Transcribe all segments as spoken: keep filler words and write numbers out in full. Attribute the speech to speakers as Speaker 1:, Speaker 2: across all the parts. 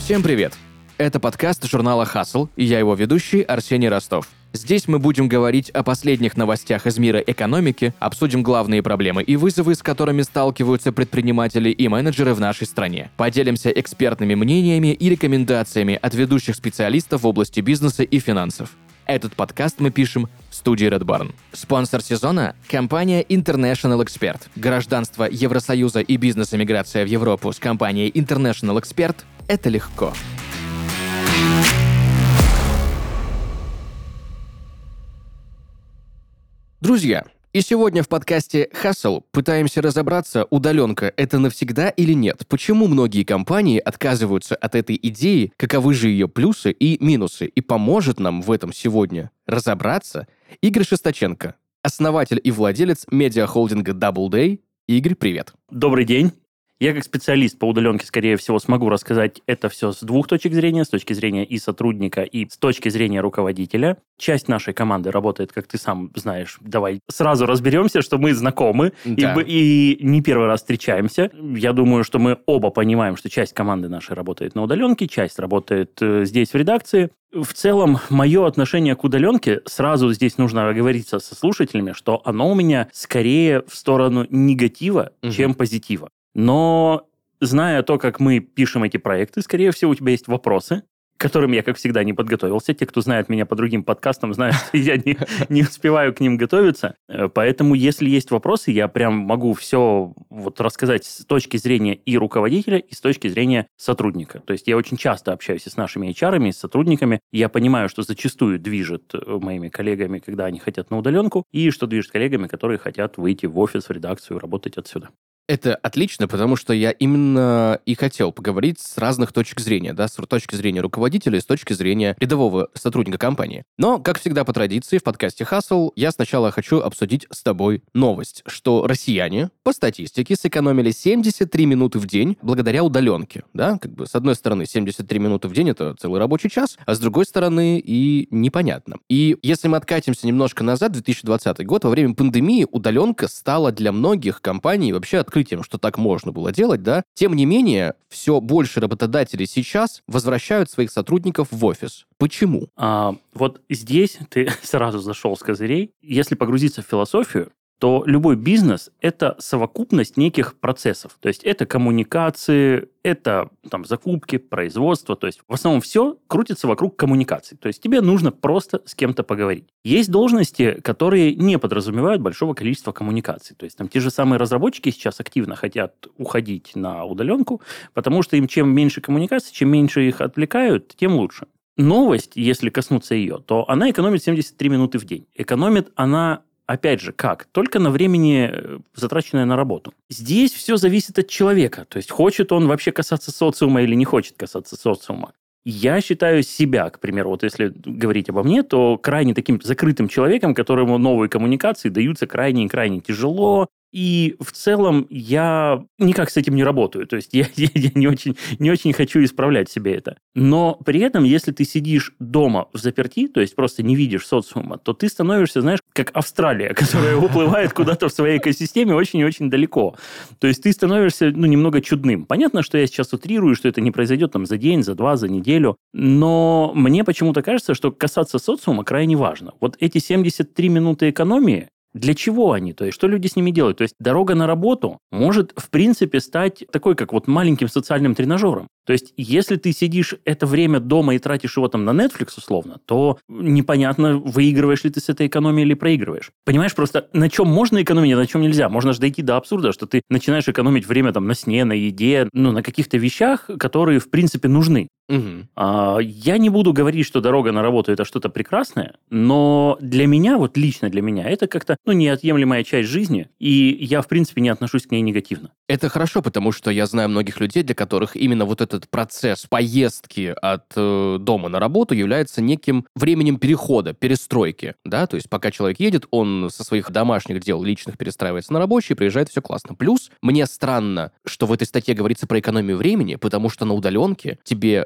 Speaker 1: Всем привет! Это подкаст журнала Hustle, и я его ведущий Арсений Ростов. Здесь мы будем говорить о последних новостях из мира экономики, обсудим главные проблемы и вызовы, с которыми сталкиваются предприниматели и менеджеры в нашей стране. Поделимся экспертными мнениями и рекомендациями от ведущих специалистов в области бизнеса и финансов. Этот подкаст мы пишем в студии Red Barn. Спонсор сезона – компания International Expert. Гражданство Евросоюза и бизнес-эмиграция в Европу с компанией International Expert – это легко. Друзья, и сегодня в подкасте Hustle пытаемся разобраться, удаленка – это навсегда или нет, почему многие компании отказываются от этой идеи, каковы же ее плюсы и минусы, и поможет нам в этом сегодня разобраться Игорь Шестаченко, основатель и владелец медиахолдинга Doubleday. Игорь, привет.
Speaker 2: Добрый день. Я как специалист по удаленке, скорее всего, смогу рассказать это все с двух точек зрения, с точки зрения и сотрудника, и с точки зрения руководителя. Часть нашей команды работает, как ты сам знаешь. Давай сразу разберемся, что мы знакомы да. и, и не первый раз встречаемся. Я думаю, что мы оба понимаем, что часть команды нашей работает на удаленке, часть работает э, здесь в редакции. В целом, мое отношение к удаленке, сразу здесь нужно оговориться со слушателями, что оно у меня скорее в сторону негатива, угу. чем позитива. Но, зная то, как мы пишем эти проекты, скорее всего, у тебя есть вопросы, к которым я, как всегда, не подготовился. Те, кто знает меня по другим подкастам, знают, что я не, не успеваю к ним готовиться. Поэтому, если есть вопросы, я прям могу все вот рассказать с точки зрения и руководителя, и с точки зрения сотрудника. То есть я очень часто общаюсь и с нашими эйч ар-ами, и с сотрудниками. Я понимаю, что зачастую движет моими коллегами, когда они хотят на удаленку, и что движет коллегами, которые хотят выйти в офис, в редакцию, работать отсюда.
Speaker 1: Это отлично, потому что я именно и хотел поговорить с разных точек зрения, да, с точки зрения руководителя и с точки зрения рядового сотрудника компании. Но, как всегда по традиции, в подкасте Hustle я сначала хочу обсудить с тобой новость, что россияне, по статистике, сэкономили семьдесят три минуты в день благодаря удаленке, да, как бы с одной стороны семьдесят три минуты в день — это целый рабочий час, а с другой стороны и непонятно. И если мы откатимся немножко назад, две тысячи двадцатый год, во время пандемии удаленка стала для многих компаний вообще открытием, что так можно было делать, да. Тем не менее, все больше работодателей сейчас возвращают своих сотрудников в офис. Почему?
Speaker 2: А, вот здесь ты сразу зашел с козырей. Если погрузиться в философию, то любой бизнес – это совокупность неких процессов. То есть это коммуникации, это там, закупки, производство. То есть в основном все крутится вокруг коммуникаций. То есть тебе нужно просто с кем-то поговорить. Есть должности, которые не подразумевают большого количества коммуникаций. То есть там те же самые разработчики сейчас активно хотят уходить на удаленку, потому что им чем меньше коммуникаций, чем меньше их отвлекают, тем лучше. Новость, если коснуться ее, то она экономит семьдесят три минуты в день. Экономит она... Опять же, как? Только на времени, затраченное на работу. Здесь все зависит от человека. То есть, хочет он вообще касаться социума или не хочет касаться социума. Я считаю себя, к примеру, вот если говорить обо мне, то крайне таким закрытым человеком, которому новые коммуникации даются крайне и крайне тяжело. И в целом я никак с этим не работаю. То есть я, я, я не, очень, не очень хочу исправлять себе это. Но при этом, если ты сидишь дома взаперти, то есть просто не видишь социума, то ты становишься, знаешь, как Австралия, которая уплывает куда-то в своей экосистеме очень и очень далеко. То есть ты становишься ну, немного чудным. Понятно, что я сейчас утрирую, что это не произойдет там, за день, за два, за неделю. Но мне почему-то кажется, что касаться социума крайне важно. Вот эти семьдесят три минуты экономии, для чего они? То есть, что люди с ними делают? То есть, дорога на работу может, в принципе, стать такой, как вот маленьким социальным тренажером. То есть, если ты сидишь это время дома и тратишь его там на Netflix, условно, то непонятно, выигрываешь ли ты с этой экономией или проигрываешь. Понимаешь, просто на чем можно экономить, а на чем нельзя. Можно же дойти до абсурда, что ты начинаешь экономить время там на сне, на еде, ну, на каких-то вещах, которые, в принципе, нужны. Угу. А, я не буду говорить, что дорога на работу – это что-то прекрасное, но для меня, вот лично для меня, это как-то ну, неотъемлемая часть жизни, и я, в принципе, не отношусь к ней негативно.
Speaker 1: Это хорошо, потому что я знаю многих людей, для которых именно вот этот процесс поездки от э, дома на работу является неким временем перехода, перестройки, да, то есть пока человек едет, он со своих домашних дел личных перестраивается на рабочие, приезжает, все классно. Плюс мне странно, что в этой статье говорится про экономию времени, потому что на удаленке тебе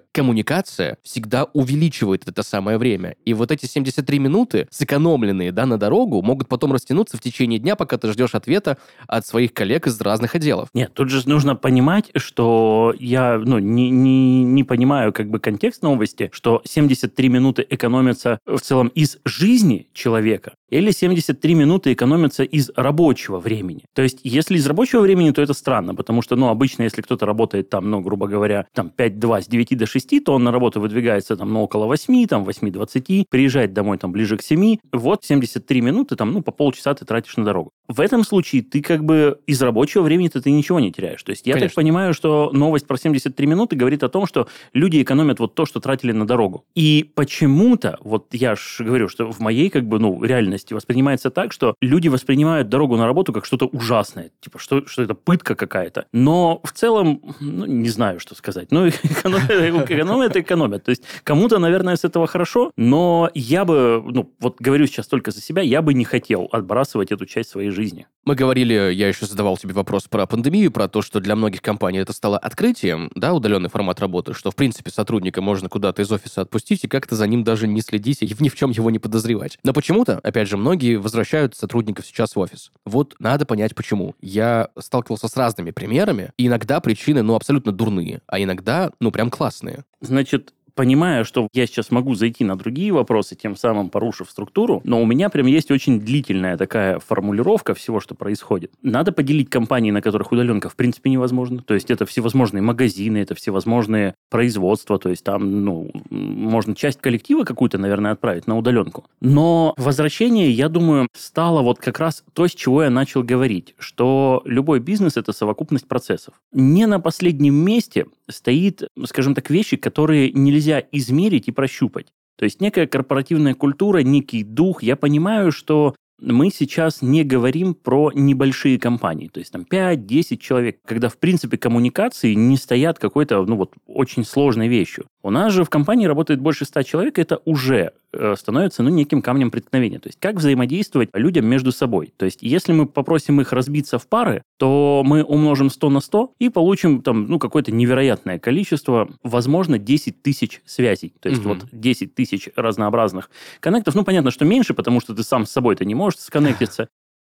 Speaker 1: коммуникация всегда увеличивает это самое время. И вот эти семьдесят три минуты, сэкономленные, да, на дорогу, могут потом растянуться в течение дня, пока ты ждешь ответа от своих коллег из разных отделов.
Speaker 2: Нет, тут же нужно понимать, что я ну, не, не, не понимаю как бы контекст новости, что семьдесят три минуты экономятся в целом из жизни человека, или семьдесят три минуты экономятся из рабочего времени. То есть, если из рабочего времени, то это странно, потому что, ну, обычно, если кто-то работает там, ну, грубо говоря, там пять-два с девяти до шести, то он на работу выдвигается там, ну, около восьми, там, восьми двадцати, приезжает домой там ближе к семи, вот семьдесят три минуты, там, ну, по полчаса ты тратишь на дорогу. В этом случае ты как бы из рабочего времени-то ты ничего не теряешь. То есть, я
Speaker 1: Конечно.
Speaker 2: так понимаю, что новость про семьдесят три минуты говорит о том, что люди экономят вот то, что тратили на дорогу. И почему-то, вот я же говорю, что в моей как бы, ну, реальности воспринимается так, что люди воспринимают дорогу на работу как что-то ужасное. Типа, что, что это пытка какая-то. Но в целом, ну, не знаю, что сказать. Ну, экономят, экономят и экономят. То есть, кому-то, наверное, с этого хорошо, но я бы, ну, вот говорю сейчас только за себя, я бы не хотел отбрасывать эту часть своей жизни.
Speaker 1: Мы говорили, я еще задавал тебе вопрос про пандемию, про то, что для многих компаний это стало открытием, да, удаленный формат работы, что, в принципе, сотрудника можно куда-то из офиса отпустить и как-то за ним даже не следить и ни в чем его не подозревать. Но почему-то, опять же, многие возвращают сотрудников сейчас в офис. Вот надо понять, почему. Я сталкивался с разными примерами, и иногда причины, ну, абсолютно дурные, а иногда, ну, прям классные.
Speaker 2: Значит, понимая, что я сейчас могу зайти на другие вопросы, тем самым порушив структуру, но у меня прям есть очень длительная такая формулировка всего, что происходит. Надо поделить компании, на которых удаленка в принципе невозможно. То есть это всевозможные магазины, это всевозможные производства, то есть там, ну, можно часть коллектива какую-то, наверное, отправить на удаленку. Но возвращение, я думаю, стало вот как раз то, с чего я начал говорить, что любой бизнес – это совокупность процессов. Не на последнем месте стоит, скажем так, вещи, которые нельзя измерить и прощупать. То есть некая корпоративная культура, некий дух. Я понимаю, что мы сейчас не говорим про небольшие компании, то есть там пять-десять человек, когда, в принципе, коммуникации не стоят какой-то, ну вот, очень сложной вещью. У нас же в компании работает больше ста человек, и это уже э, становится, ну, неким камнем преткновения. То есть, как взаимодействовать людям между собой. То есть, если мы попросим их разбиться в пары, то мы умножим сто на сто и получим там, ну, какое-то невероятное количество, возможно, десять тысяч связей. То есть, угу. вот десять тысяч разнообразных коннектов. Ну, понятно, что меньше, потому что ты сам с собой-то не можешь сконнектиться.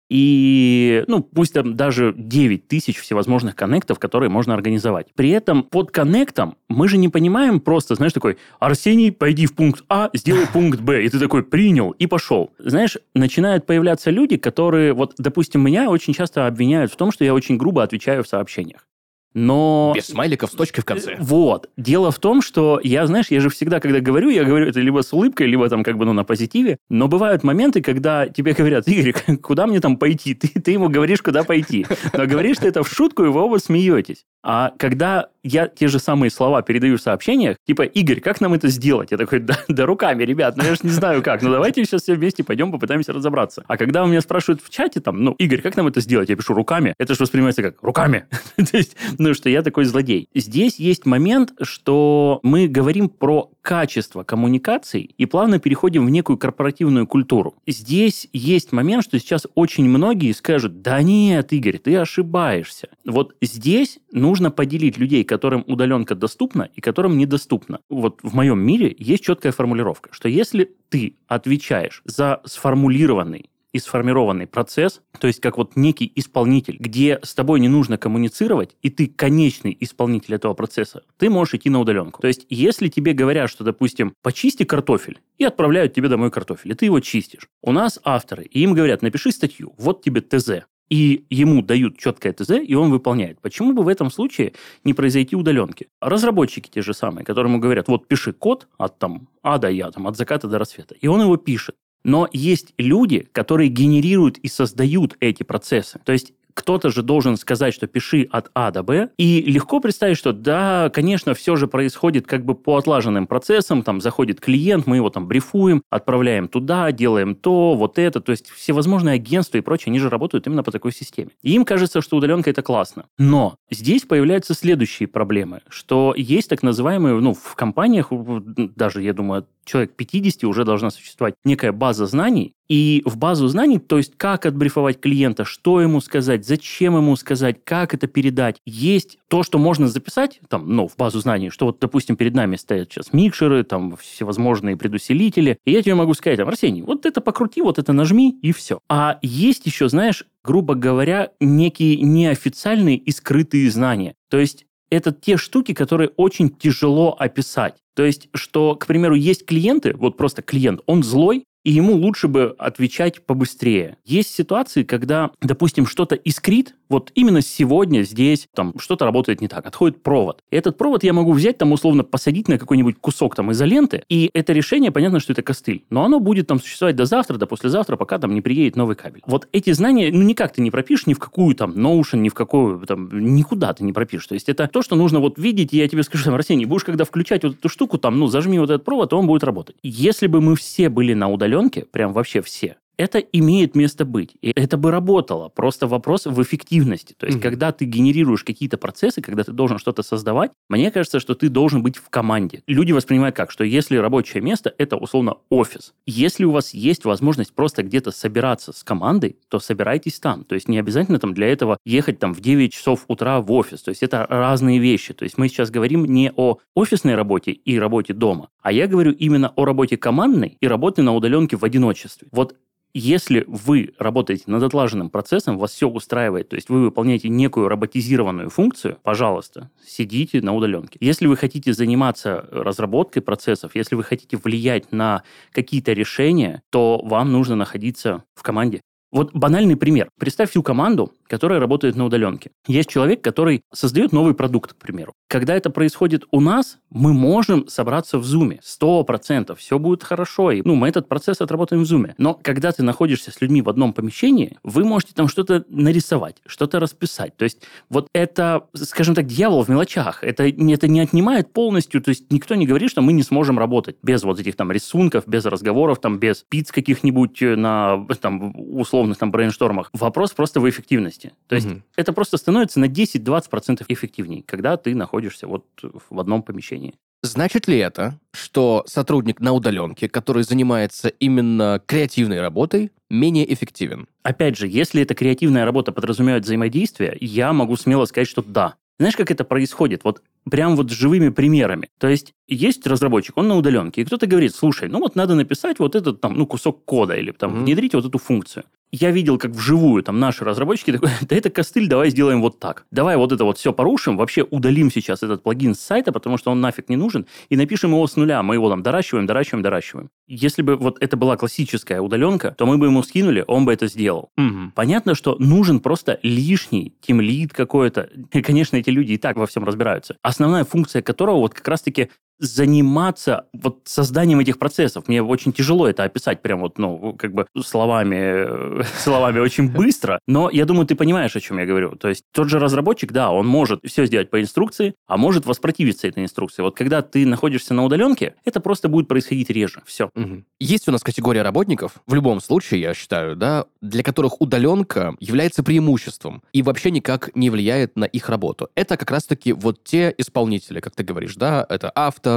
Speaker 2: И, ну, пусть там даже девять тысяч всевозможных коннектов, которые можно организовать. При этом под коннектом мы же не понимаем просто, знаешь, такой, Арсений, пойди в пункт А, сделай пункт Б. И ты такой, принял и пошел. Знаешь, начинают появляться люди, которые, вот, допустим, меня очень часто обвиняют в том, что я очень грубо отвечаю в сообщениях. Но...
Speaker 1: Без смайликов с точкой в конце.
Speaker 2: Вот. Дело в том, что я, знаешь, я же всегда, когда говорю, я говорю это либо с улыбкой, либо там как бы, ну, на позитиве. Но бывают моменты, когда тебе говорят, Игорь, куда мне там пойти? Ты, ты ему говоришь, куда пойти. Но говоришь ты это в шутку, и вы оба смеетесь. А когда я те же самые слова передаю в сообщениях, типа, Игорь, как нам это сделать? Я такой, да, да руками, ребят, ну я же не знаю как. Ну давайте сейчас все вместе пойдем попытаемся разобраться. А когда у меня спрашивают в чате, там, ну, Игорь, как нам это сделать? Я пишу руками. Это же воспринимается как руками. То есть, ну, что я такой злодей. Здесь есть момент, что мы говорим про качество коммуникаций и плавно переходим в некую корпоративную культуру. Здесь есть момент, что сейчас очень многие скажут, да нет, Игорь, ты ошибаешься. Вот здесь нужно поделить людей, которым удаленка доступна и которым недоступна. Вот в моем мире есть четкая формулировка, что если ты отвечаешь за сформулированный и сформированный процесс, то есть как вот некий исполнитель, где с тобой не нужно коммуницировать, и ты конечный исполнитель этого процесса, ты можешь идти на удаленку. То есть если тебе говорят, что, допустим, почисти картофель, и отправляют тебе домой картофель, и ты его чистишь. У нас авторы, и им говорят, напиши статью, вот тебе ТЗ. И ему дают четкое ТЗ, и он выполняет. Почему бы в этом случае не произойти удаленки? Разработчики те же самые, которым говорят, вот пиши код от там А до Я, там, от заката до рассвета, и он его пишет. Но есть люди, которые генерируют и создают эти процессы. То есть кто-то же должен сказать, что пиши от А до Б, и легко представить, что да, конечно, все же происходит как бы по отлаженным процессам, там заходит клиент, мы его там брифуем, отправляем туда, делаем то, вот это, то есть всевозможные агентства и прочее, они же работают именно по такой системе. И им кажется, что удаленка это классно. Но здесь появляются следующие проблемы, что есть так называемые, ну, в компаниях, даже, я думаю, человек пятьдесят уже должна существовать некая база знаний, и в базу знаний, то есть как отбрифовать клиента, что ему сказать, зачем ему сказать, как это передать, есть то, что можно записать там, ну, в базу знаний, что вот, допустим, перед нами стоят сейчас микшеры, там всевозможные предусилители, и я тебе могу сказать, там, Арсений, вот это покрути, вот это нажми, и все. А есть еще, знаешь, грубо говоря, некие неофициальные и скрытые знания. То есть это те штуки, которые очень тяжело описать. То есть, что, к примеру, есть клиенты, вот просто клиент, он злой, и ему лучше бы отвечать побыстрее. Есть ситуации, когда, допустим, что-то искрит, вот именно сегодня здесь там что-то работает не так, отходит провод. И этот провод я могу взять, там условно посадить на какой-нибудь кусок там изоленты, и это решение, понятно, что это костыль, но оно будет там существовать до завтра, до послезавтра, пока там не приедет новый кабель. Вот эти знания, ну, никак ты не пропишешь ни в какую там Notion, ни в какую там, никуда ты не пропишешь. То есть это то, что нужно вот видеть, и я тебе скажу, там, Арсений, будешь когда включать вот эту штуку, там, ну, зажми вот этот провод, и он будет работать. Если бы мы все были на удаленке, прям вообще все, это имеет место быть. И это бы работало. Просто вопрос в эффективности. То есть, mm-hmm. когда ты генерируешь какие-то процессы, когда ты должен что-то создавать, мне кажется, что ты должен быть в команде. Люди воспринимают как? Что если рабочее место, это условно офис. Если у вас есть возможность просто где-то собираться с командой, то собирайтесь там. То есть, не обязательно там для этого ехать там в девять часов утра в офис. То есть, это разные вещи. То есть, мы сейчас говорим не о офисной работе и работе дома, а я говорю именно о работе командной и работе на удаленке в одиночестве. Вот если вы работаете над отлаженным процессом, вас все устраивает, то есть вы выполняете некую роботизированную функцию, пожалуйста, сидите на удаленке. Если вы хотите заниматься разработкой процессов, если вы хотите влиять на какие-то решения, то вам нужно находиться в команде. Вот банальный пример. Представь всю команду, которая работает на удаленке. Есть человек, который создает новый продукт, к примеру. Когда это происходит у нас, мы можем собраться в Zoom. Сто процентов. Все будет хорошо. И, ну, мы этот процесс отработаем в Zoom. Но когда ты находишься с людьми в одном помещении, вы можете там что-то нарисовать, что-то расписать. То есть вот это, скажем так, дьявол в мелочах. Это, это не отнимает полностью. То есть никто не говорит, что мы не сможем работать без вот этих там рисунков, без разговоров, там, без пиц каких-нибудь на там, условных там брейнштормах. Вопрос просто в эффективности. То есть угу. это просто становится на десять-двадцать процентов эффективнее, когда ты находишься вот в одном помещении.
Speaker 1: Значит ли это, что сотрудник на удаленке, который занимается именно креативной работой, менее эффективен?
Speaker 2: Опять же, если эта креативная работа подразумевает взаимодействие, я могу смело сказать, что да. Знаешь, как это происходит? Вот прям вот с живыми примерами. То есть есть разработчик, он на удаленке, и кто-то говорит, слушай, ну вот надо написать вот этот там, ну, кусок кода или там mm-hmm. внедрить вот эту функцию. Я видел, как вживую там наши разработчики такой, да это костыль, давай сделаем вот так. Давай вот это вот все порушим, вообще удалим сейчас этот плагин с сайта, потому что он нафиг не нужен, и напишем его с нуля. Мы его там доращиваем, доращиваем, доращиваем. Если бы вот это была классическая удаленка, то мы бы ему скинули, он бы это сделал. Угу. Понятно, что нужен просто лишний тимлид какой-то. И, конечно, эти люди и так во всем разбираются. Основная функция которого вот как раз-таки заниматься вот созданием этих процессов. Мне очень тяжело это описать прям вот, ну, как бы словами, словами очень быстро, но я думаю, ты понимаешь, о чем я говорю. То есть тот же разработчик, да, он может все сделать по инструкции, а может воспротивиться этой инструкции. Вот когда ты находишься на удаленке, это просто будет происходить реже. Все.
Speaker 1: Угу. Есть у нас категория работников, в любом случае, я считаю, да, для которых удаленка является преимуществом и вообще никак не влияет на их работу. Это как раз-таки вот те исполнители, как ты говоришь, да, это автор,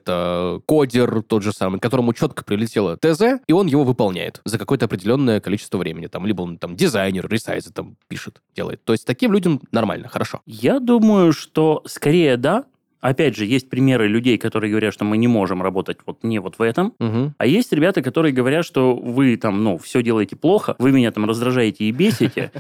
Speaker 1: это кодер тот же самый, которому четко прилетело ТЗ, и он его выполняет за какое-то определенное количество времени. Там, либо он там дизайнер, ресайзер там пишет, делает. То есть таким людям нормально, хорошо.
Speaker 2: Я думаю, что скорее да. Опять же, есть примеры людей, которые говорят, что мы не можем работать вот не вот в этом.
Speaker 1: Угу.
Speaker 2: А есть ребята, которые говорят, что вы там, ну, все делаете плохо, вы меня там раздражаете и бесите.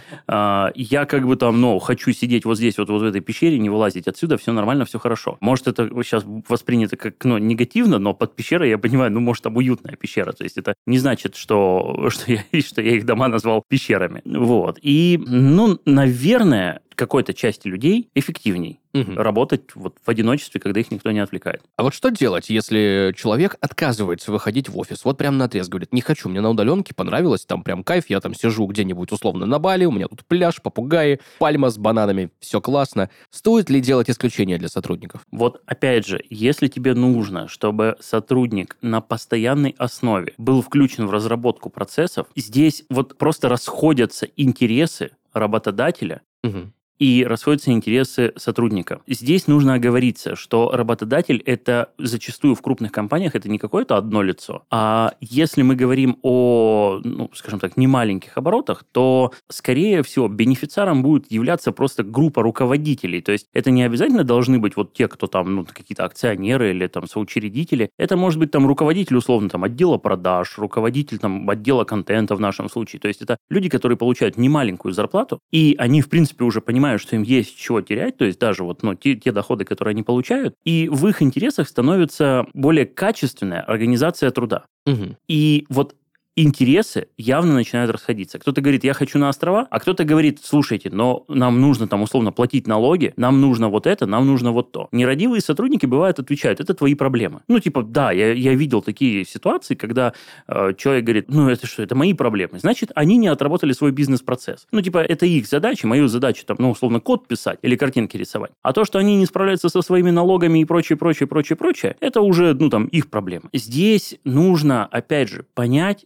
Speaker 2: Я как бы там, ну, хочу сидеть вот здесь, вот в этой пещере, не вылазить отсюда, все нормально, все хорошо. Может, это сейчас воспринято как, ну, негативно, но под пещерой я понимаю, ну, может, там уютная пещера. То есть это не значит, что, что, я, что я их дома назвал пещерами. Вот. И, ну, наверное, какой-то части людей эффективней угу. работать вот в одиночестве, когда их никто не отвлекает.
Speaker 1: А вот что делать, если человек отказывается выходить в офис? Вот прям наотрез говорит, не хочу, мне на удаленке понравилось, там прям кайф, я там сижу где-нибудь условно на Бали, у меня тут пляж, попугаи, пальма с бананами, все классно. Стоит ли делать исключение для сотрудников?
Speaker 2: Вот опять же, если тебе нужно, чтобы сотрудник на постоянной основе был включен в разработку процессов, здесь вот просто расходятся интересы работодателя
Speaker 1: угу.
Speaker 2: и расходятся интересы сотрудника. Здесь нужно оговориться, что работодатель – это зачастую в крупных компаниях это не какое-то одно лицо, а если мы говорим о, ну, скажем так, немаленьких оборотах, то, скорее всего, бенефициаром будет являться просто группа руководителей. То есть это не обязательно должны быть вот те, кто там, ну, какие-то акционеры или там соучредители. Это может быть там руководитель, условно, там, отдела продаж, руководитель там отдела контента в нашем случае. То есть это люди, которые получают немаленькую зарплату, и они, в принципе, уже понимают, что им есть чего терять, то есть даже вот, ну, те, те доходы, которые они получают, и в их интересах становится более качественная организация труда.
Speaker 1: Угу.
Speaker 2: И вот интересы явно начинают расходиться. Кто-то говорит, я хочу на острова, а кто-то говорит, слушайте, но нам нужно там условно платить налоги, нам нужно вот это, нам нужно вот то. Нерадивые сотрудники бывают отвечают, это твои проблемы. Ну, типа, да, я, я видел такие ситуации, когда э, человек говорит, ну, это что, это мои проблемы. Значит, они не отработали свой бизнес-процесс. Ну, типа, это их задача, мою задачу там, ну, условно, код писать или картинки рисовать. А то, что они не справляются со своими налогами и прочее, прочее, прочее, прочее, это уже, ну, там, их проблемы. Здесь нужно, опять же, понять,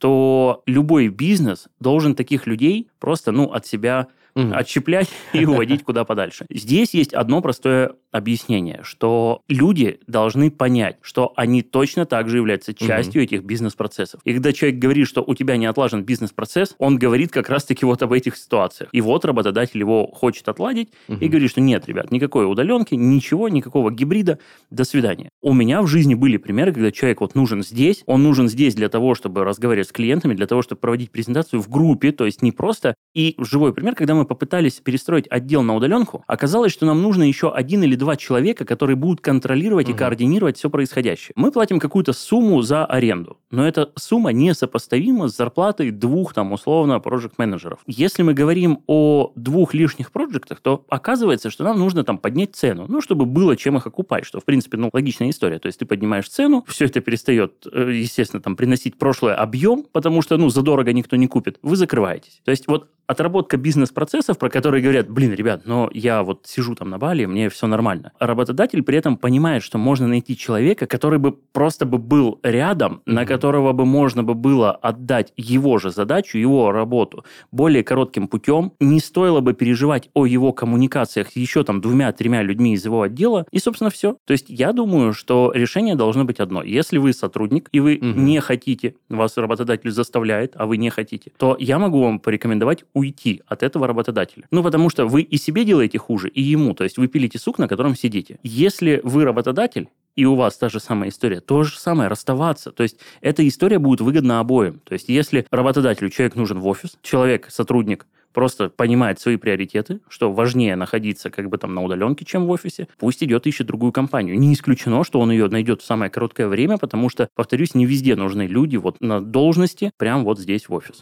Speaker 2: что любой бизнес должен таких людей просто, ну, от себя mm-hmm. отщеплять и уводить куда подальше. Здесь есть одно простое объяснение, что люди должны понять, что они точно так же являются частью mm-hmm. этих бизнес-процессов. И когда человек говорит, что у тебя не отлажен бизнес-процесс, он говорит как раз-таки вот об этих ситуациях. И вот работодатель его хочет отладить mm-hmm. и говорит, что нет, ребят, никакой удаленки, ничего, никакого гибрида, до свидания. У меня в жизни были примеры, когда человек вот нужен здесь, он нужен здесь для того, чтобы разговаривать с клиентами, для того, чтобы проводить презентацию в группе, то есть не просто. И живой пример, когда мы попытались перестроить отдел на удаленку, оказалось, что нам нужно еще один или два человека, которые будут контролировать uh-huh. и координировать все происходящее. Мы платим какую-то сумму за аренду, но эта сумма несопоставима с зарплатой двух, там, условно, проект-менеджеров. Если мы говорим о двух лишних проектах, то оказывается, что нам нужно там поднять цену, ну, чтобы было чем их окупать, что, в принципе, ну, логичная история. То есть ты поднимаешь цену, все это перестает, естественно, там, приносить прошлый объем, потому что, ну, задорого никто не купит, вы закрываетесь. То есть вот отработка бизнес-процессов, про которые говорят, блин, ребят, но я вот сижу там на Бали, мне все нормально. А работодатель при этом понимает, что можно найти человека, который бы просто бы был рядом, mm-hmm. на которого бы можно бы было отдать его же задачу, его работу более коротким путем. Не стоило бы переживать о его коммуникациях с еще там двумя-тремя людьми из его отдела. И, собственно, все. То есть я думаю, что решение должно быть одно. Если вы сотрудник, и вы mm-hmm. не хотите, вас работодатель заставляет, а вы не хотите, то я могу вам порекомендовать уйти от этого работодателя. Ну, потому что вы и себе делаете хуже, и ему. То есть вы пилите сук, на котором сидите. Если вы работодатель, и у вас та же самая история, то же самое, расставаться. То есть эта история будет выгодна обоим. То есть если работодателю человек нужен в офис, человек, сотрудник, просто понимает свои приоритеты, что важнее находиться как бы там на удаленке, чем в офисе, пусть идет ищет другую компанию. Не исключено, что он ее найдет в самое короткое время, потому что, повторюсь, не везде нужны люди вот на должности, прямо вот здесь в офис.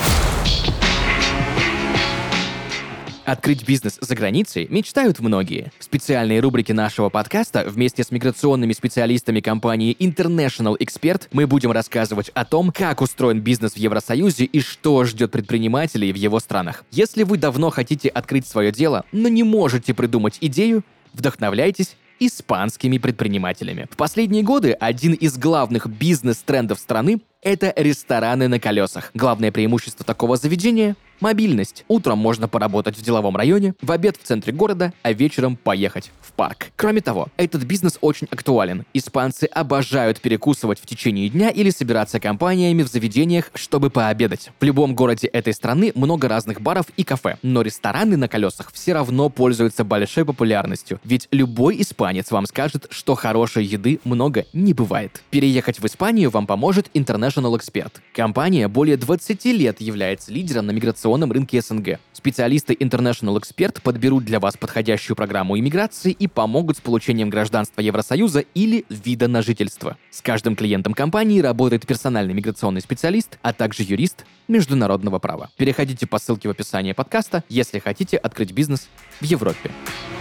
Speaker 1: Открыть бизнес за границей мечтают многие. В специальной рубрике нашего подкаста вместе с миграционными специалистами компании International Expert мы будем рассказывать о том, как устроен бизнес в Евросоюзе и что ждет предпринимателей в его странах. Если вы давно хотите открыть свое дело, но не можете придумать идею, вдохновляйтесь испанскими предпринимателями. В последние годы один из главных бизнес-трендов страны – это рестораны на колесах. Главное преимущество такого заведения – мобильность. Утром можно поработать в деловом районе, в обед в центре города, а вечером поехать в парк. Кроме того, этот бизнес очень актуален. Испанцы обожают перекусывать в течение дня или собираться компаниями в заведениях, чтобы пообедать. В любом городе этой страны много разных баров и кафе, но рестораны на колесах все равно пользуются большой популярностью, ведь любой испанец вам скажет, что хорошей еды много не бывает. Переехать в Испанию вам поможет International Expert. Компания более двадцати лет является лидером на миграционном рынке СНГ. Специалисты International Expert подберут для вас подходящую программу иммиграции и помогут с получением гражданства Евросоюза или вида на жительство. С каждым клиентом компании работает персональный миграционный специалист, а также юрист международного права. Переходите по ссылке в описании подкаста, если хотите открыть бизнес в Европе.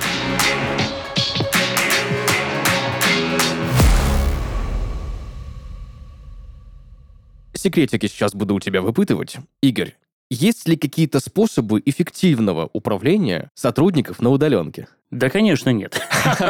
Speaker 1: Секретики сейчас буду у тебя выпытывать. Игорь, есть ли какие-то способы эффективного управления сотрудников на удаленке?
Speaker 2: Да, конечно, нет.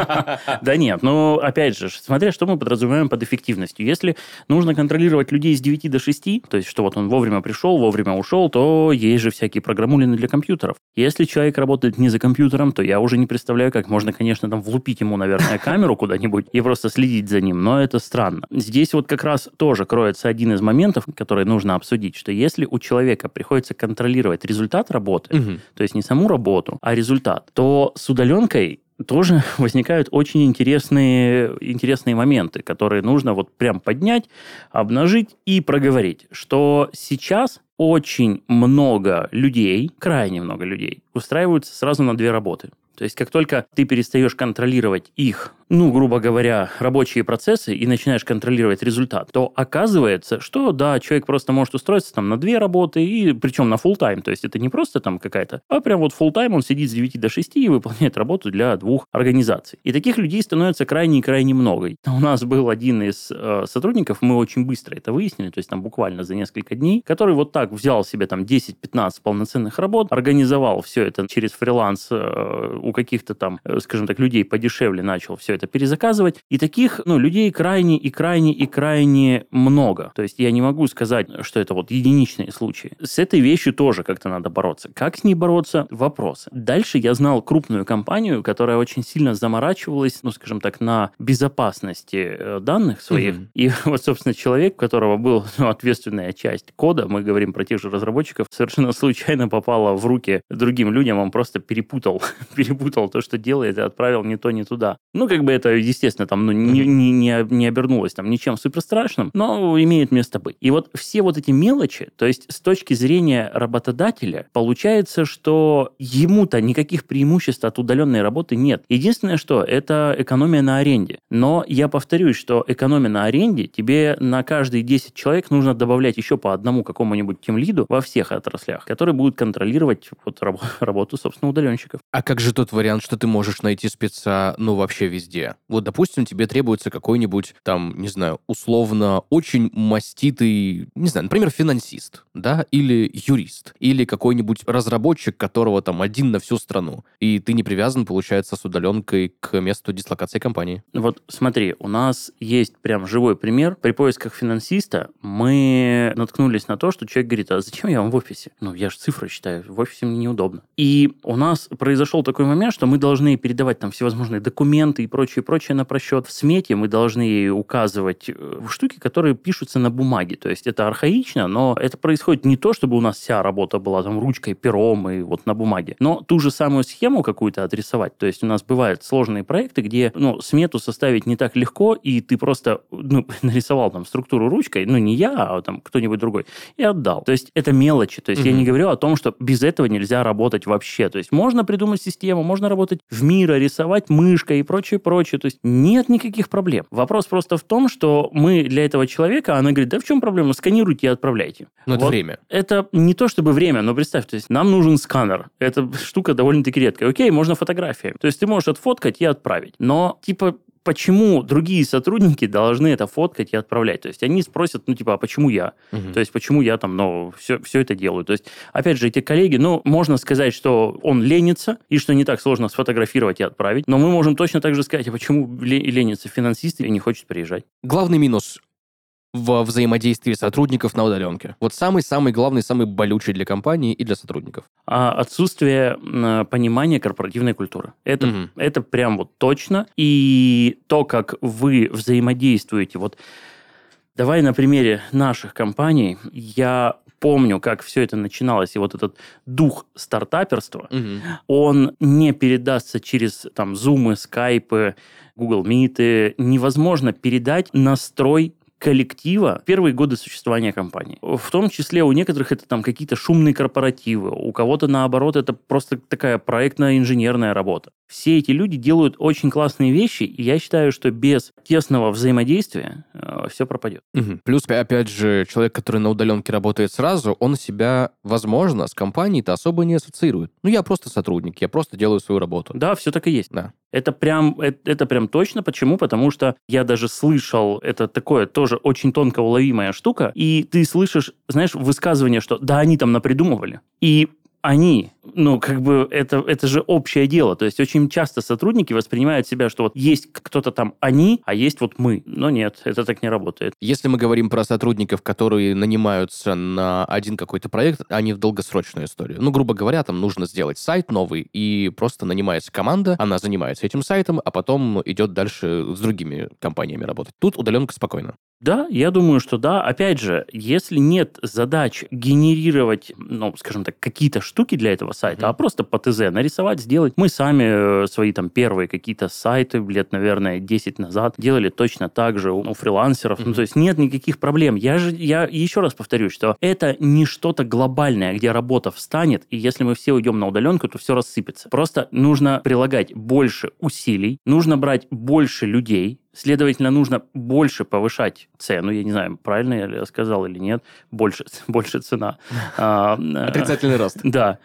Speaker 2: Да нет, но опять же, смотря что мы подразумеваем под эффективностью. Если нужно контролировать людей с девяти до шести, то есть что вот он вовремя пришел, вовремя ушел, то есть же всякие программулины для компьютеров. Если человек работает не за компьютером, то я уже не представляю, как можно, конечно, там влупить ему, наверное, камеру куда-нибудь и просто следить за ним, но это странно. Здесь вот как раз тоже кроется один из моментов, который нужно обсудить, что если у человека приходится контролировать результат работы, угу. то есть не саму работу, а результат, то с удаленкой тоже возникают очень интересные, интересные моменты, которые нужно вот прям поднять, обнажить и проговорить, что сейчас очень много людей, крайне много людей, устраиваются сразу на две работы. То есть, как только ты перестаешь контролировать их, ну, грубо говоря, рабочие процессы и начинаешь контролировать результат, то оказывается, что, да, человек просто может устроиться там на две работы, и причем на фулл-тайм. То есть, это не просто там какая-то, а прям вот фулл-тайм он сидит с девяти до шести и выполняет работу для двух организаций. И таких людей становится крайне и крайне много. У нас был один из э, сотрудников, мы очень быстро это выяснили, то есть, там буквально за несколько дней, который вот так взял себе там десять-пятнадцать полноценных работ, организовал все это через фриланс э, у каких-то там, скажем так, людей подешевле начал все это перезаказывать. И таких, ну, людей крайне и крайне и крайне много. То есть я не могу сказать, что это вот единичные случаи. С этой вещью тоже как-то надо бороться. Как с ней бороться? Вопрос. Дальше я знал крупную компанию, которая очень сильно заморачивалась, ну, скажем так, на безопасности данных своих. Mm-hmm. И вот, собственно, человек, у которого была ну, ответственная часть кода, мы говорим про тех же разработчиков, совершенно случайно попала в руки другим людям, он просто перепутал, перепутал путал то, что делает, и отправил не то, не туда. Ну, как бы это, естественно, там, ну, не, не, не, не обернулось там ничем суперстрашным, но имеет место быть. И вот все вот эти мелочи, то есть с точки зрения работодателя, получается, что ему-то никаких преимуществ от удаленной работы нет. Единственное, что это экономия на аренде. Но я повторюсь, что экономия на аренде, тебе на каждые десять человек нужно добавлять еще по одному какому-нибудь тимлиду во всех отраслях, который будет контролировать вот, раб- работу, собственно, удаленщиков.
Speaker 1: А как же тот вариант, что ты можешь найти спеца, ну, вообще везде? Вот, допустим, тебе требуется какой-нибудь, там, не знаю, условно, очень маститый, не знаю, например, финансист, да, или юрист, или какой-нибудь разработчик, которого там один на всю страну, и ты не привязан, получается, с удаленкой к месту дислокации компании.
Speaker 2: Вот смотри, у нас есть прям живой пример. При поисках финансиста мы наткнулись на то, что человек говорит, а зачем я вам в офисе? Ну, я же цифры считаю, в офисе мне неудобно. И у нас произошел такой момент, что мы должны передавать там всевозможные документы и прочее, прочее на просчет. В смете мы должны указывать штуки, которые пишутся на бумаге. То есть это архаично, но это происходит не то, чтобы у нас вся работа была там ручкой, пером и вот на бумаге, но ту же самую схему какую-то отрисовать. То есть у нас бывают сложные проекты, где ну, смету составить не так легко, и ты просто ну, нарисовал там структуру ручкой, ну не я, а там кто-нибудь другой, и отдал. То есть это мелочи. То есть mm-hmm. я не говорю о том, что без этого нельзя работать вообще. То есть можно придумать систему, можно работать в мире, рисовать мышкой и прочее, прочее. То есть нет никаких проблем. Вопрос просто в том, что мы для этого человека, она говорит, да в чем проблема? Сканируйте и отправляйте.
Speaker 1: Но вот это время.
Speaker 2: Это не то чтобы время, но представь, то есть нам нужен сканер. Эта штука довольно-таки редкая. Окей, можно фотографии. То есть ты можешь отфоткать и отправить. Но типа почему другие сотрудники должны это фоткать и отправлять? То есть они спросят, ну, типа, а почему я? Угу. То есть почему я там, ну, все, все это делаю? То есть, опять же, эти коллеги, ну, можно сказать, что он ленится, и что не так сложно сфотографировать и отправить, но мы можем точно так же сказать, а почему ленится финансист и не хочет приезжать?
Speaker 1: Главный минус во взаимодействии сотрудников на удаленке. Вот самый-самый главный, самый болючий для компании и для сотрудников.
Speaker 2: А отсутствие э, понимания корпоративной культуры. Это, угу. это прям вот точно. И то, как вы взаимодействуете, вот давай на примере наших компаний, я помню, как все это начиналось, и вот этот дух стартаперства, угу. он не передастся через там Zoom, Skype, Google Meet. Невозможно передать настрой коллектива в первые годы существования компании. В том числе у некоторых это там какие-то шумные корпоративы, у кого-то, наоборот, это просто такая проектно-инженерная работа. Все эти люди делают очень классные вещи, и я считаю, что без тесного взаимодействия э, все пропадет.
Speaker 1: Угу. Плюс, опять же, человек, который на удаленке работает сразу, он себя, возможно, с компанией-то особо не ассоциирует. Ну, я просто сотрудник, я просто делаю свою работу.
Speaker 2: Да, все так и есть.
Speaker 1: Да.
Speaker 2: Это прям, это, это прям точно. Почему? Потому что я даже слышал, это такое тоже очень тонко уловимая штука, и ты слышишь, знаешь, высказывание, что да, они там напридумывали. И они ну, как бы это, это же общее дело. То есть очень часто сотрудники воспринимают себя, что вот есть кто-то там они, а есть вот мы. Но нет, это так не работает.
Speaker 1: Если мы говорим про сотрудников, которые нанимаются на один какой-то проект, а не в долгосрочную историю. Ну, грубо говоря, там нужно сделать сайт новый, и просто нанимается команда, она занимается этим сайтом, а потом идет дальше с другими компаниями работать. Тут удаленка спокойно.
Speaker 2: Да, я думаю, что да. Опять же, если нет задач генерировать, ну, скажем так, какие-то штуки для этого сайта, mm-hmm. а просто по ТЗ нарисовать, сделать. Мы сами свои там первые какие-то сайты лет, наверное, десять назад делали точно так же у фрилансеров. Mm-hmm. Ну, то есть нет никаких проблем. Я же, я еще раз повторюсь, что это не что-то глобальное, где работа встанет, и если мы все уйдем на удаленку, то все рассыпется. Просто нужно прилагать больше усилий, нужно брать больше людей. Следовательно, нужно больше повышать цену. Я не знаю, правильно я сказал или нет. Больше, больше цена.
Speaker 1: Отрицательный рост.
Speaker 2: Да.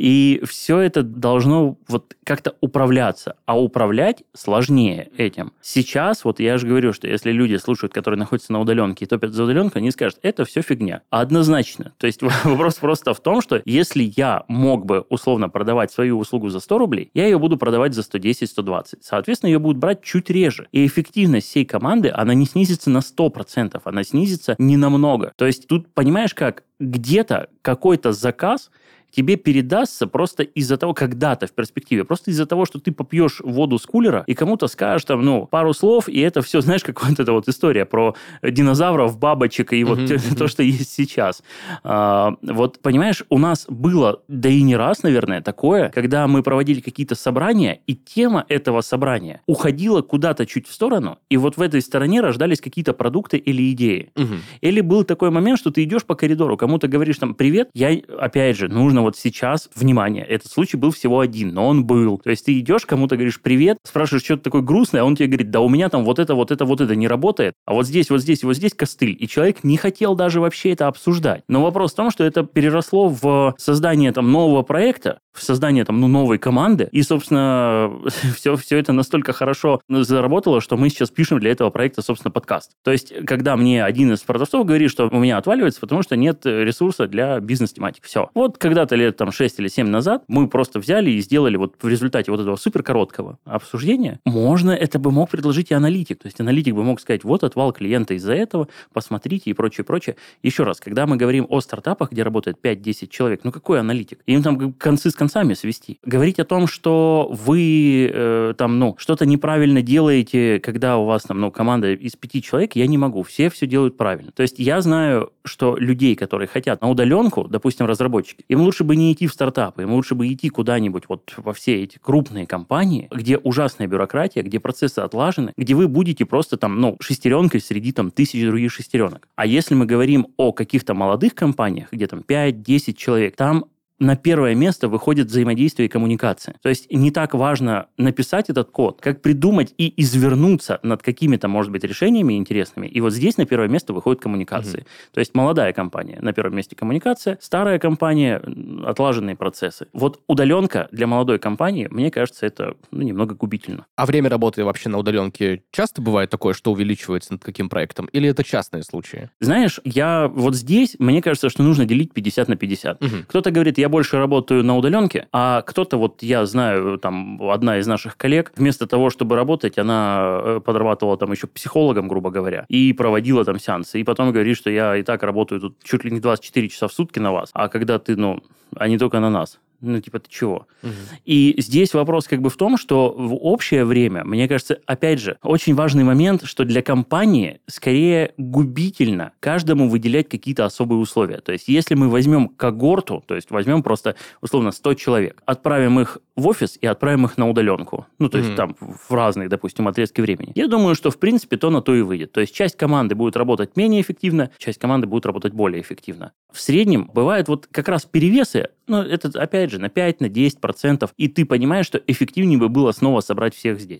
Speaker 2: И все это должно вот как-то управляться. А управлять сложнее этим. Сейчас, вот я же говорю, что если люди слушают, которые находятся на удаленке и топят за удаленку, они скажут, это все фигня. Однозначно. То есть вопрос просто в том, что если я мог бы условно продавать свою услугу за сто рублей, я ее буду продавать за сто десять - сто двадцать. Соответственно, ее будут брать чуть реже. И эффективность всей команды, она не снизится на сто процентов, она снизится не намного. То есть тут, понимаешь как, где-то какой-то заказ тебе передастся просто из-за того, когда-то в перспективе, просто из-за того, что ты попьешь воду с кулера и кому-то скажешь там, ну, пару слов, и это все, знаешь, как вот эта вот история про динозавров, бабочек и вот uh-huh, то, uh-huh. что есть сейчас. А, вот, понимаешь, у нас было, да и не раз, наверное, такое, когда мы проводили какие-то собрания, и тема этого собрания уходила куда-то чуть в сторону, и вот в этой стороне рождались какие-то продукты или идеи. Uh-huh. Или был такой момент, что ты идешь по коридору, кому-то говоришь там, привет, я, опять же, нужно вот сейчас, внимание, этот случай был всего один, но он был. То есть ты идешь, кому-то говоришь привет, спрашиваешь, что-то такое грустное, а он тебе говорит, да у меня там вот это, вот это, вот это не работает, а вот здесь, вот здесь, вот здесь костыль. И человек не хотел даже вообще это обсуждать. Но вопрос в том, что это переросло в создание там нового проекта, в создание там ну, новой команды, и, собственно, все, все это настолько хорошо заработало, что мы сейчас пишем для этого проекта, собственно, подкаст. То есть, когда мне один из продавцов говорит, что у меня отваливается, потому что нет ресурса для бизнес-тематик. Все. Вот когда-то лет там шесть или семь назад мы просто взяли и сделали вот в результате вот этого суперкороткого обсуждения, можно это бы мог предложить и аналитик. То есть, аналитик бы мог сказать, вот отвал клиента из-за этого, посмотрите и прочее, прочее. Еще раз, когда мы говорим о стартапах, где работает пять-десять человек, ну какой аналитик? Им там концы с концами свести. Говорить о том, что вы э, там, ну, что-то неправильно делаете, когда у вас там, ну, команда из пяти человек, я не могу. Все все делают правильно. То есть, я знаю, что людей, которые хотят на удаленку, допустим, разработчики, им лучше бы не идти в стартапы, им лучше бы идти куда-нибудь вот во все эти крупные компании, где ужасная бюрократия, где процессы отлажены, где вы будете просто там, ну, шестеренкой среди там тысяч других шестеренок. А если мы говорим о каких-то молодых компаниях, где там пять-десять человек, там на первое место выходит взаимодействие и коммуникация. То есть не так важно написать этот код, как придумать и извернуться над какими-то, может быть, решениями интересными. И вот здесь на первое место выходит коммуникации. Mm-hmm. То есть молодая компания, на первом месте коммуникация, старая компания, отлаженные процессы. Вот удаленка для молодой компании, мне кажется, это ну, немного губительно.
Speaker 1: А время работы вообще на удаленке часто бывает такое, что увеличивается над каким проектом? Или это частные случаи?
Speaker 2: Знаешь, я вот здесь, мне кажется, что нужно делить пятьдесят на пятьдесят. Mm-hmm. Кто-то говорит, я больше работаю на удаленке, а кто-то, вот я знаю, там, одна из наших коллег, вместо того, чтобы работать, она подрабатывала там еще психологом, грубо говоря, и проводила там сеансы. И потом говорит, что я и так работаю тут чуть ли не двадцать четыре часа в сутки на вас, а когда ты, ну, а не только на нас. Ну, типа, ты чего? Угу. И здесь вопрос как бы в том, что в общее время, мне кажется, опять же, очень важный момент, что для компании скорее губительно каждому выделять какие-то особые условия. То есть, если мы возьмем когорту, то есть, возьмем просто, условно, сто человек, отправим их в офис и отправим их на удаленку, ну, то есть, угу. там, в разные, допустим, отрезки времени, я думаю, что, в принципе, то на то и выйдет. То есть, часть команды будет работать менее эффективно, часть команды будет работать более эффективно. В среднем бывают вот как раз перевесы, ну, это, опять же, на пять, на десять процентов, и ты понимаешь, что эффективнее бы было снова собрать всех здесь.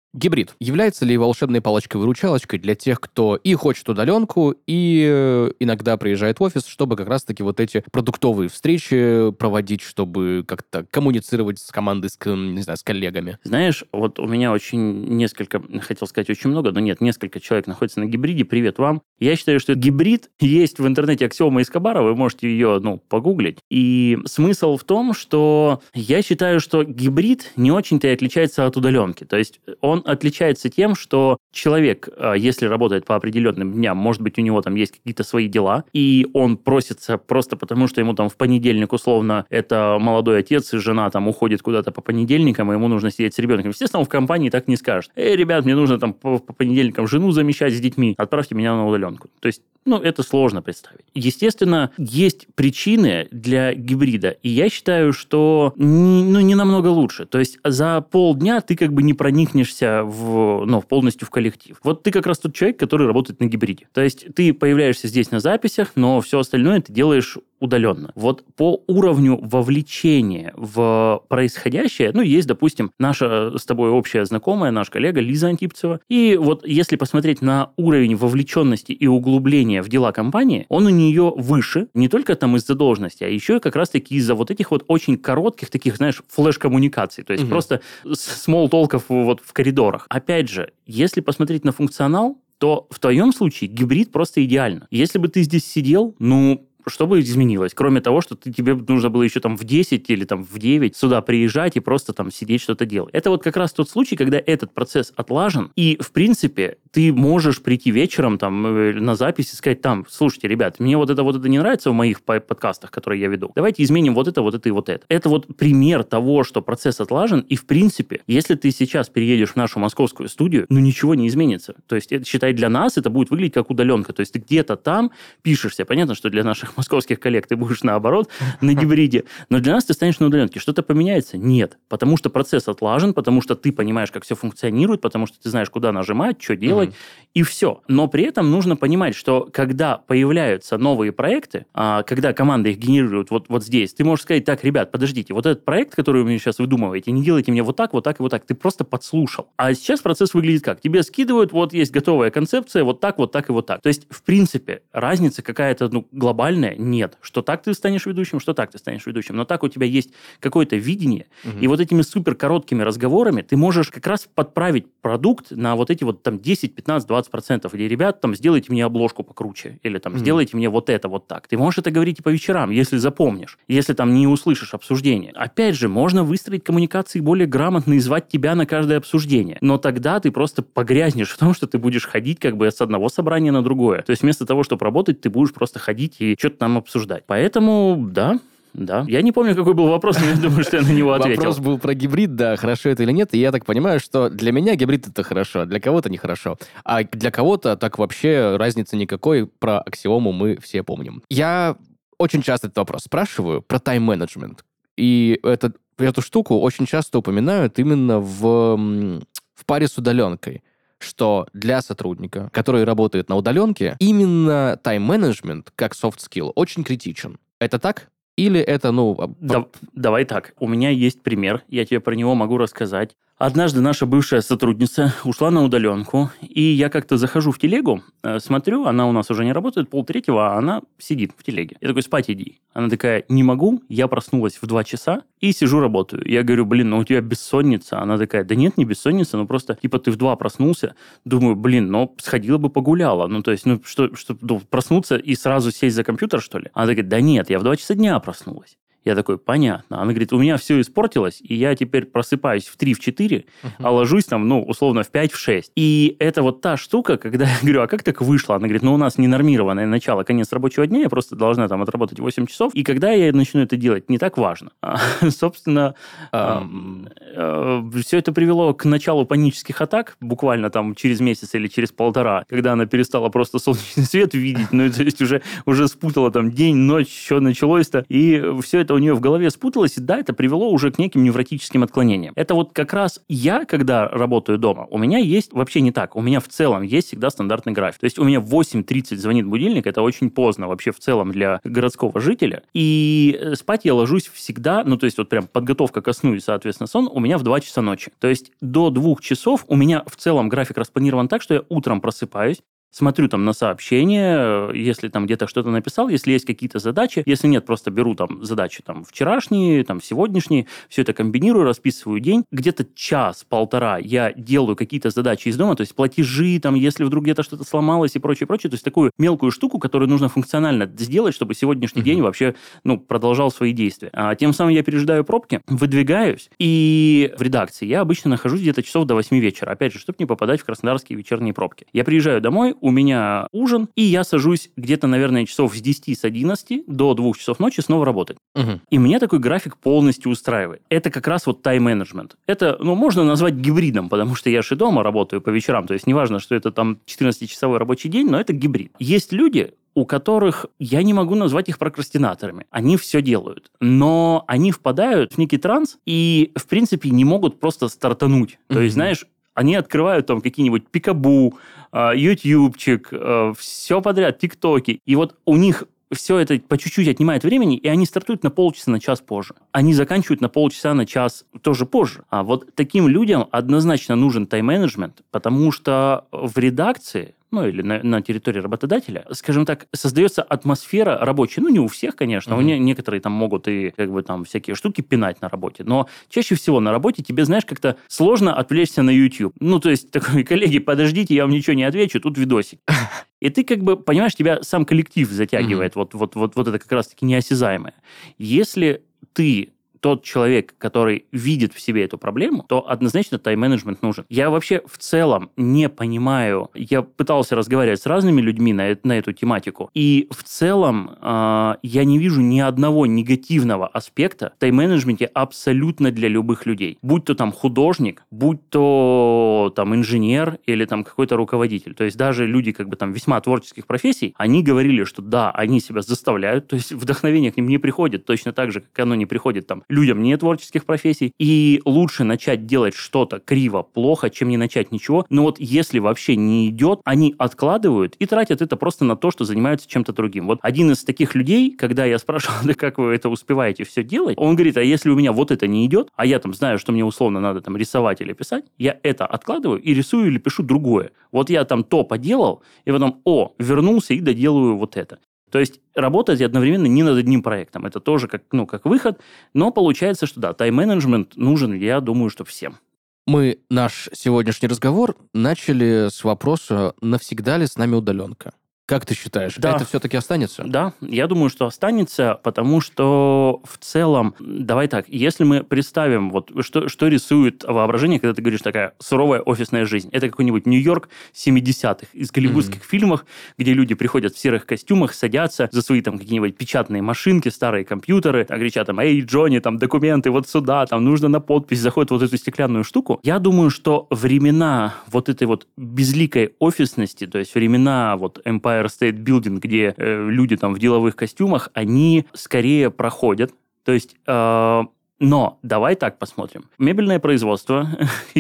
Speaker 1: Гибрид является ли волшебной палочкой-выручалочкой для тех, кто и хочет удаленку, и э, иногда приезжает в офис, чтобы как раз-таки вот эти продуктовые встречи проводить, чтобы как-то коммуницировать с командой, с, не знаю, с коллегами?
Speaker 2: Знаешь, вот у меня очень несколько, хотел сказать очень много, но нет, несколько человек находится на гибриде. Привет вам. Я считаю, что гибрид есть в интернете аксиома Эскобара, вы можете ее, ну, погуглить. И смысл в том, что я считаю, что гибрид не очень-то и отличается от удаленки. То есть он отличается тем, что человек, если работает по определенным дням, может быть, у него там есть какие-то свои дела, и он просится просто потому, что ему там в понедельник, условно, это молодой отец, и жена там уходит куда-то по понедельникам, и ему нужно сидеть с ребенком. Естественно, он в компании так не скажет. Эй, ребят, мне нужно там по, по понедельникам жену замещать с детьми, отправьте меня на удаленку. То есть, ну, это сложно представить. Естественно, есть причины для гибрида, и я считаю, что не, ну, не намного лучше. То есть, за полдня ты как бы не проникнешься в, ну, полностью в коллектив. Вот ты как раз тот человек, который работает на гибриде. То есть, ты появляешься здесь на записях, но все остальное ты делаешь удаленно. Вот по уровню вовлечения в происходящее, ну, есть, допустим, наша с тобой общая знакомая, наш коллега Лиза Антипцева. И вот если посмотреть на уровень вовлеченности и углубления в дела компании, он у нее выше, не только там из-за должности, а еще и как раз-таки из-за вот этих вот очень коротких таких, знаешь, флеш-коммуникаций, то есть угу. просто смолл-толков вот в коридорах. Опять же, если посмотреть на функционал, то в твоем случае гибрид просто идеально. Если бы ты здесь сидел, ну, что бы изменилось? Кроме того, что ты, тебе нужно было еще там в десять или там в девять сюда приезжать и просто там сидеть что-то делать. Это вот как раз тот случай, когда этот процесс отлажен, и, в принципе, ты можешь прийти вечером там на запись и сказать там, слушайте, ребят, мне вот это вот это не нравится в моих подкастах, которые я веду. Давайте изменим вот это, вот это и вот это. Это вот пример того, что процесс отлажен, и, в принципе, если ты сейчас переедешь в нашу московскую студию, ну, ничего не изменится. То есть, это, считай, для нас это будет выглядеть как удаленка. То есть, ты где-то там пишешься. Понятно, что для наших московских коллег ты будешь наоборот, на гибриде, но для нас ты станешь на удаленке. Что-то поменяется? Нет. Потому что процесс отлажен, потому что ты понимаешь, как все функционирует, потому что ты знаешь, куда нажимать, что делать, mm-hmm. и все. Но при этом нужно понимать, что когда появляются новые проекты, а, когда команда их генерирует вот, вот здесь, ты можешь сказать, так, ребят, подождите, вот этот проект, который вы мне сейчас выдумываете, не делайте мне вот так, вот так и вот так. Ты просто подслушал. А сейчас процесс выглядит как? Тебе скидывают, вот есть готовая концепция, вот так, вот так и вот так. То есть, в принципе, разница какая-то ну, глобальная нет. Что так ты станешь ведущим, что так ты станешь ведущим. Но так у тебя есть какое-то видение, угу. и вот этими супер короткими разговорами ты можешь как раз подправить продукт на вот эти вот там десять, пятнадцать, двадцать процентов. Или, ребят, там, сделайте мне обложку покруче. Или там, угу. сделайте мне вот это вот так. Ты можешь это говорить и по вечерам, если запомнишь. Если там не услышишь обсуждение. Опять же, можно выстроить коммуникации более грамотно и звать тебя на каждое обсуждение. Но тогда ты просто погрязнешь в том, что ты будешь ходить как бы с одного собрания на другое. То есть, вместо того, чтобы работать, ты будешь просто ходить и что-то там обсуждать. Поэтому, да, да. Я не помню, какой был вопрос, но я думаю, что я на него ответил.
Speaker 1: Вопрос был про гибрид, да, хорошо это или нет. И я так понимаю, что для меня гибрид это хорошо, для кого-то нехорошо. А для кого-то так вообще разницы никакой. Про аксиому мы все помним. Я очень часто этот вопрос спрашиваю про тайм-менеджмент. И это, эту штуку очень часто упоминают именно в, в паре с удаленкой. Что для сотрудника, который работает на удаленке, именно тайм-менеджмент, как soft skill, очень критичен. Это так? Или это, ну...
Speaker 2: Да, давай так. У меня есть пример, я тебе про него могу рассказать. Однажды наша бывшая сотрудница ушла на удаленку, и я как-то захожу в телегу, смотрю, она у нас уже не работает, полтретьего, а она сидит в телеге. Я такой, спать иди. Она такая, не могу, я проснулась в два часа и сижу работаю. Я говорю, блин, ну у тебя бессонница. Она такая, да нет, не бессонница, ну просто, типа, ты в два проснулся. Думаю, блин, ну сходила бы погуляла. Ну то есть, ну что, что ну, проснуться и сразу сесть за компьютер, что ли? Она такая, да нет, я в два часа дня проснулась. Я такой, понятно. Она говорит, у меня все испортилось, и я теперь просыпаюсь в три-четыре, uh-huh. а ложусь там, ну, условно, в пять-шесть. И это вот та штука, когда я говорю, а как так вышло? Она говорит, ну, у нас ненормированное начало, конец рабочего дня, я просто должна там отработать восемь часов, и когда я начну это делать, не так важно. А, собственно, um... а, а, все это привело к началу панических атак, буквально там через месяц или через полтора, когда она перестала просто солнечный свет видеть, ну, то есть уже, уже спутала там день, ночь, что началось-то, и все это это у нее в голове спуталось, и да, это привело уже к неким невротическим отклонениям. Это вот как раз я, когда работаю дома, у меня есть вообще не так. У меня в целом есть всегда стандартный график. То есть у меня в восемь тридцать звонит будильник, это очень поздно вообще в целом для городского жителя. И спать я ложусь всегда, ну то есть вот прям подготовка ко сну и, соответственно, сон у меня в два часа ночи. То есть до двух часов у меня в целом график распланирован так, что я утром просыпаюсь, смотрю там на сообщения, если там где-то что-то написал, если есть какие-то задачи. Если нет, просто беру там задачи там вчерашние, там сегодняшние, все это комбинирую, расписываю день. Где-то час-полтора я делаю какие-то задачи из дома, то есть платежи, там, если вдруг где-то что-то сломалось и прочее, прочее. То есть такую мелкую штуку, которую нужно функционально сделать, чтобы сегодняшний mm-hmm. день вообще ну, продолжал свои действия. А тем самым я пережидаю пробки, выдвигаюсь, и в редакции я обычно нахожусь где-то часов до восьми вечера. Опять же, чтобы не попадать в краснодарские вечерние пробки. Я приезжаю домой, у меня ужин, и я сажусь где-то, наверное, часов с десяти, с одиннадцати до двух часов ночи снова работать. Угу. И мне такой график полностью устраивает. Это как раз вот тайм-менеджмент. Это, ну, можно назвать гибридом, потому что я же и дома работаю по вечерам, то есть неважно, что это там четырнадцатичасовой рабочий день, но это гибрид. Есть люди, у которых я не могу назвать их прокрастинаторами. Они все делают. Но они впадают в некий транс и, в принципе, не могут просто стартануть. Mm-hmm. То есть, знаешь, они открывают там какие-нибудь Пикабу, ютубчик, все подряд, тиктоки. И вот у них все это по чуть-чуть отнимает времени, и они стартуют на полчаса, на час позже. Они заканчивают на полчаса, на час тоже позже. А вот таким людям однозначно нужен тайм-менеджмент, потому что в редакции, ну, или на, на территории работодателя, скажем так, создается атмосфера рабочая. Ну, не у всех, конечно. Mm-hmm. У не, некоторые там могут и как бы там всякие штуки пинать на работе. Но чаще всего на работе тебе, знаешь, как-то сложно отвлечься на YouTube. Ну, то есть, такой, коллеги, подождите, я вам ничего не отвечу, тут видосик. И ты как бы, понимаешь, тебя сам коллектив затягивает. Mm-hmm. Вот, вот, вот, вот это как раз-таки неосязаемое. Если ты тот человек, который видит в себе эту проблему, то однозначно тайм-менеджмент нужен. Я вообще в целом не понимаю, я пытался разговаривать с разными людьми на, на эту тематику, и в целом э, я не вижу ни одного негативного аспекта в тайм-менеджменте абсолютно для любых людей. Будь то там художник, будь то там инженер или там какой-то руководитель. То есть даже люди как бы там весьма творческих профессий, они говорили, что да, они себя заставляют, то есть вдохновение к ним не приходит точно так же, как оно не приходит там людям не творческих профессий, и лучше начать делать что-то криво, плохо, чем не начать ничего. Но вот если вообще не идет, они откладывают и тратят это просто на то, что занимаются чем-то другим. Вот один из таких людей, когда я спрашивал, да как вы это успеваете все делать, он говорит, а если у меня вот это не идет, а я там знаю, что мне условно надо там рисовать или писать, я это откладываю и рисую или пишу другое. Вот я там то поделал, и потом, о, вернулся и доделаю вот это. То есть работать одновременно не над одним проектом. Это тоже как, ну, как выход. Но получается, что да, тайм-менеджмент нужен, я думаю, что всем.
Speaker 1: Мы наш сегодняшний разговор начали с вопроса, навсегда ли с нами удаленка. Как ты считаешь,
Speaker 2: да.
Speaker 1: это все-таки останется?
Speaker 2: Да, я думаю, что останется, потому что в целом, давай так, если мы представим, вот что, что рисует воображение, когда ты говоришь такая суровая офисная жизнь, это какой-нибудь Нью-Йорк семидесятых из голливудских mm-hmm. фильмов, где люди приходят в серых костюмах, садятся за свои там какие-нибудь печатные машинки, старые компьютеры, а кричат там, эй, Джонни, там документы вот сюда, там нужно на подпись, заходят вот эту стеклянную штуку. Я думаю, что времена вот этой вот безликой офисности, то есть времена вот Empire State Building, где э, люди там в деловых костюмах, они скорее проходят. То есть, э, но давай так посмотрим. Мебельное производство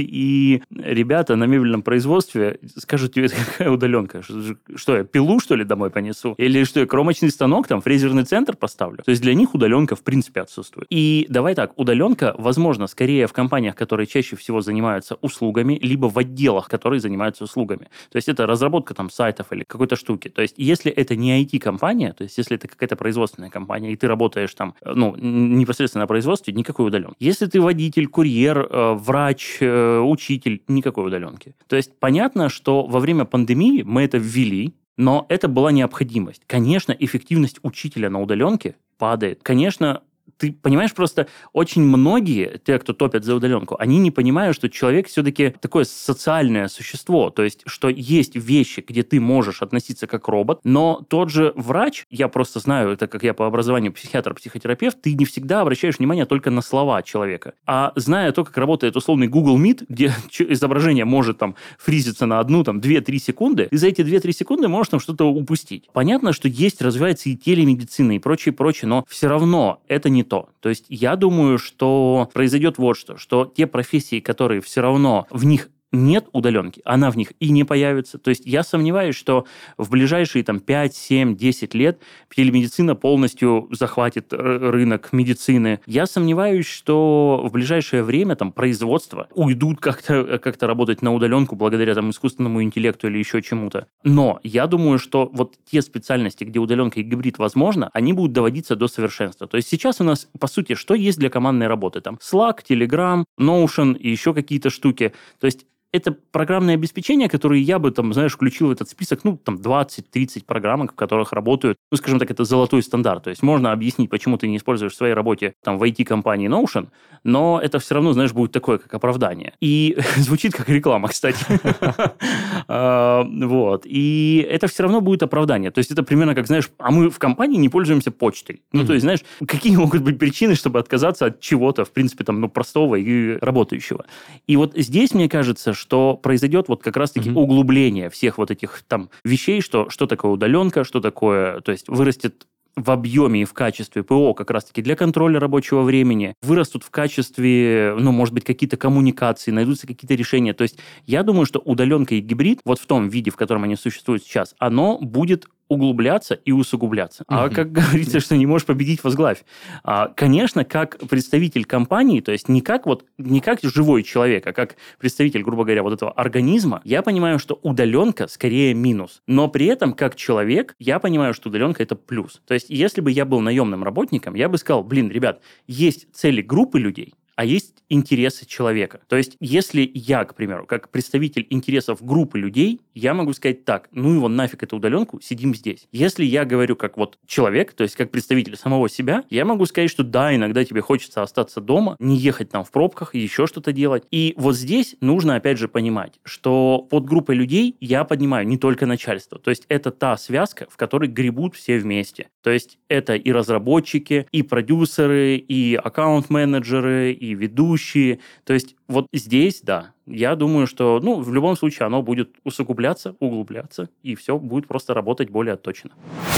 Speaker 2: и ребята на мебельном производстве скажут тебе, какая удаленка? Что, я пилу, что ли, домой понесу? Или что, я кромочный станок, там, фрезерный центр поставлю? То есть для них удаленка в принципе отсутствует. И давай так, удаленка, возможно, скорее в компаниях, которые чаще всего занимаются услугами, либо в отделах, которые занимаются услугами. То есть это разработка там сайтов или какой-то штуки. То есть если это не ай ти-компания, то есть если это какая-то производственная компания, и ты работаешь там, ну, непосредственно на производстве, никакой удаленки. Если ты водитель, курьер, э, врач, э, учитель, никакой удаленки. То есть понятно, что во время пандемии мы это ввели, но это была необходимость. Конечно, эффективность учителя на удаленке падает. Конечно, ты понимаешь, просто очень многие, те, кто топят за удаленку, они не понимают, что человек все-таки такое социальное существо, то есть, что есть вещи, где ты можешь относиться как робот, но тот же врач, я просто знаю, так как я по образованию психиатр, психотерапевт, ты не всегда обращаешь внимание только на слова человека, а зная то, как работает условный Google Meet, где изображение может там фризиться на одну, там, две-три секунды, и за эти две-три секунды можешь там что-то упустить. Понятно, что есть, развивается и телемедицина, и прочее, прочее, но все равно это не то. То есть я думаю, что произойдет вот что, что те профессии, которые все равно в них нет удаленки, она в них и не появится. То есть я сомневаюсь, что в ближайшие там, пять, семь, десять лет телемедицина полностью захватит рынок медицины. Я сомневаюсь, что в ближайшее время там, производства уйдут как-то, как-то работать на удаленку благодаря там, искусственному интеллекту или еще чему-то. Но я думаю, что вот те специальности, где удаленка и гибрид возможно, они будут доводиться до совершенства. То есть сейчас у нас, по сути, что есть для командной работы? Там Slack, Telegram, Notion и еще какие-то штуки. То есть это программное обеспечение, которое я бы, там, знаешь, включил в этот список, ну, там, двадцать-тридцать программок, в которых работают, ну, скажем так, это золотой стандарт. То есть можно объяснить, почему ты не используешь в своей работе, там, в ай ти-компании Notion, но это все равно, знаешь, будет такое, как оправдание. И звучит как реклама, кстати. Вот. И это все равно будет оправдание. То есть это примерно как, знаешь, а мы в компании не пользуемся почтой. Ну, то есть, знаешь, какие могут быть причины, чтобы отказаться от чего-то, в принципе, там, ну, простого и работающего. И вот здесь, мне кажется, что произойдет вот как раз-таки mm-hmm. углубление всех вот этих там вещей, что, что такое удаленка, что такое, то есть вырастет в объеме и в качестве ПО как раз-таки для контроля рабочего времени, вырастут в качестве, ну, может быть, какие-то коммуникации, найдутся какие-то решения. То есть я думаю, что удаленка и гибрид, вот в том виде, в котором они существуют сейчас, оно будет углубляться и усугубляться. А mm-hmm. как говорится, что не можешь победить, возглавь. А, конечно, как представитель компании, то есть не как, вот, не как живой человек, а как представитель, грубо говоря, вот этого организма, я понимаю, что удаленка скорее минус. Но при этом, как человек, я понимаю, что удаленка – это плюс. То есть если бы я был наемным работником, я бы сказал, блин, ребят, есть цели группы людей, а есть интересы человека. То есть, если я, к примеру, как представитель интересов группы людей, я могу сказать так, ну его нафиг эту удаленку, сидим здесь. Если я говорю как вот человек, то есть как представитель самого себя, я могу сказать, что да, иногда тебе хочется остаться дома, не ехать там в пробках и еще что-то делать. И вот здесь нужно опять же понимать, что под группой людей я поднимаю не только начальство. То есть, это та связка, в которой гребут все вместе. То есть, это и разработчики, и продюсеры, и аккаунт-менеджеры, и ведущие. То есть вот здесь, да, я думаю, что ну, в любом случае оно будет усугубляться, углубляться, и все будет просто работать более точно.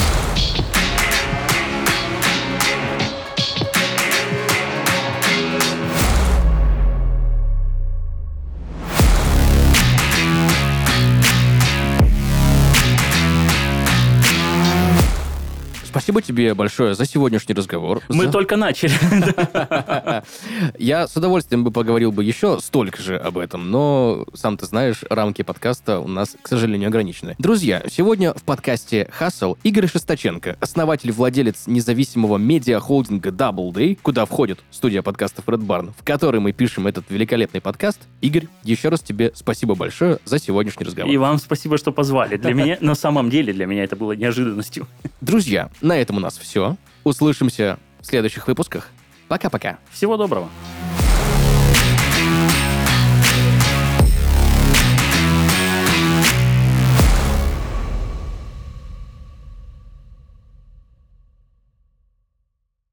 Speaker 1: Спасибо тебе большое за сегодняшний разговор.
Speaker 2: Мы
Speaker 1: за...
Speaker 2: только начали.
Speaker 1: Я с удовольствием бы поговорил бы еще столько же об этом, но, сам ты знаешь, рамки подкаста у нас, к сожалению, ограничены. Друзья, сегодня в подкасте Hustle Игорь Шестаченко, основатель и владелец независимого медиа-холдинга Doubleday, куда входит студия подкастов Red Barn, в которой мы пишем этот великолепный подкаст. Игорь, еще раз тебе спасибо большое за сегодняшний разговор.
Speaker 2: И вам спасибо, что позвали. Для меня, на самом деле, для меня это было неожиданностью.
Speaker 1: Друзья, на этом у нас все. Услышимся в следующих выпусках. Пока-пока.
Speaker 2: Всего доброго.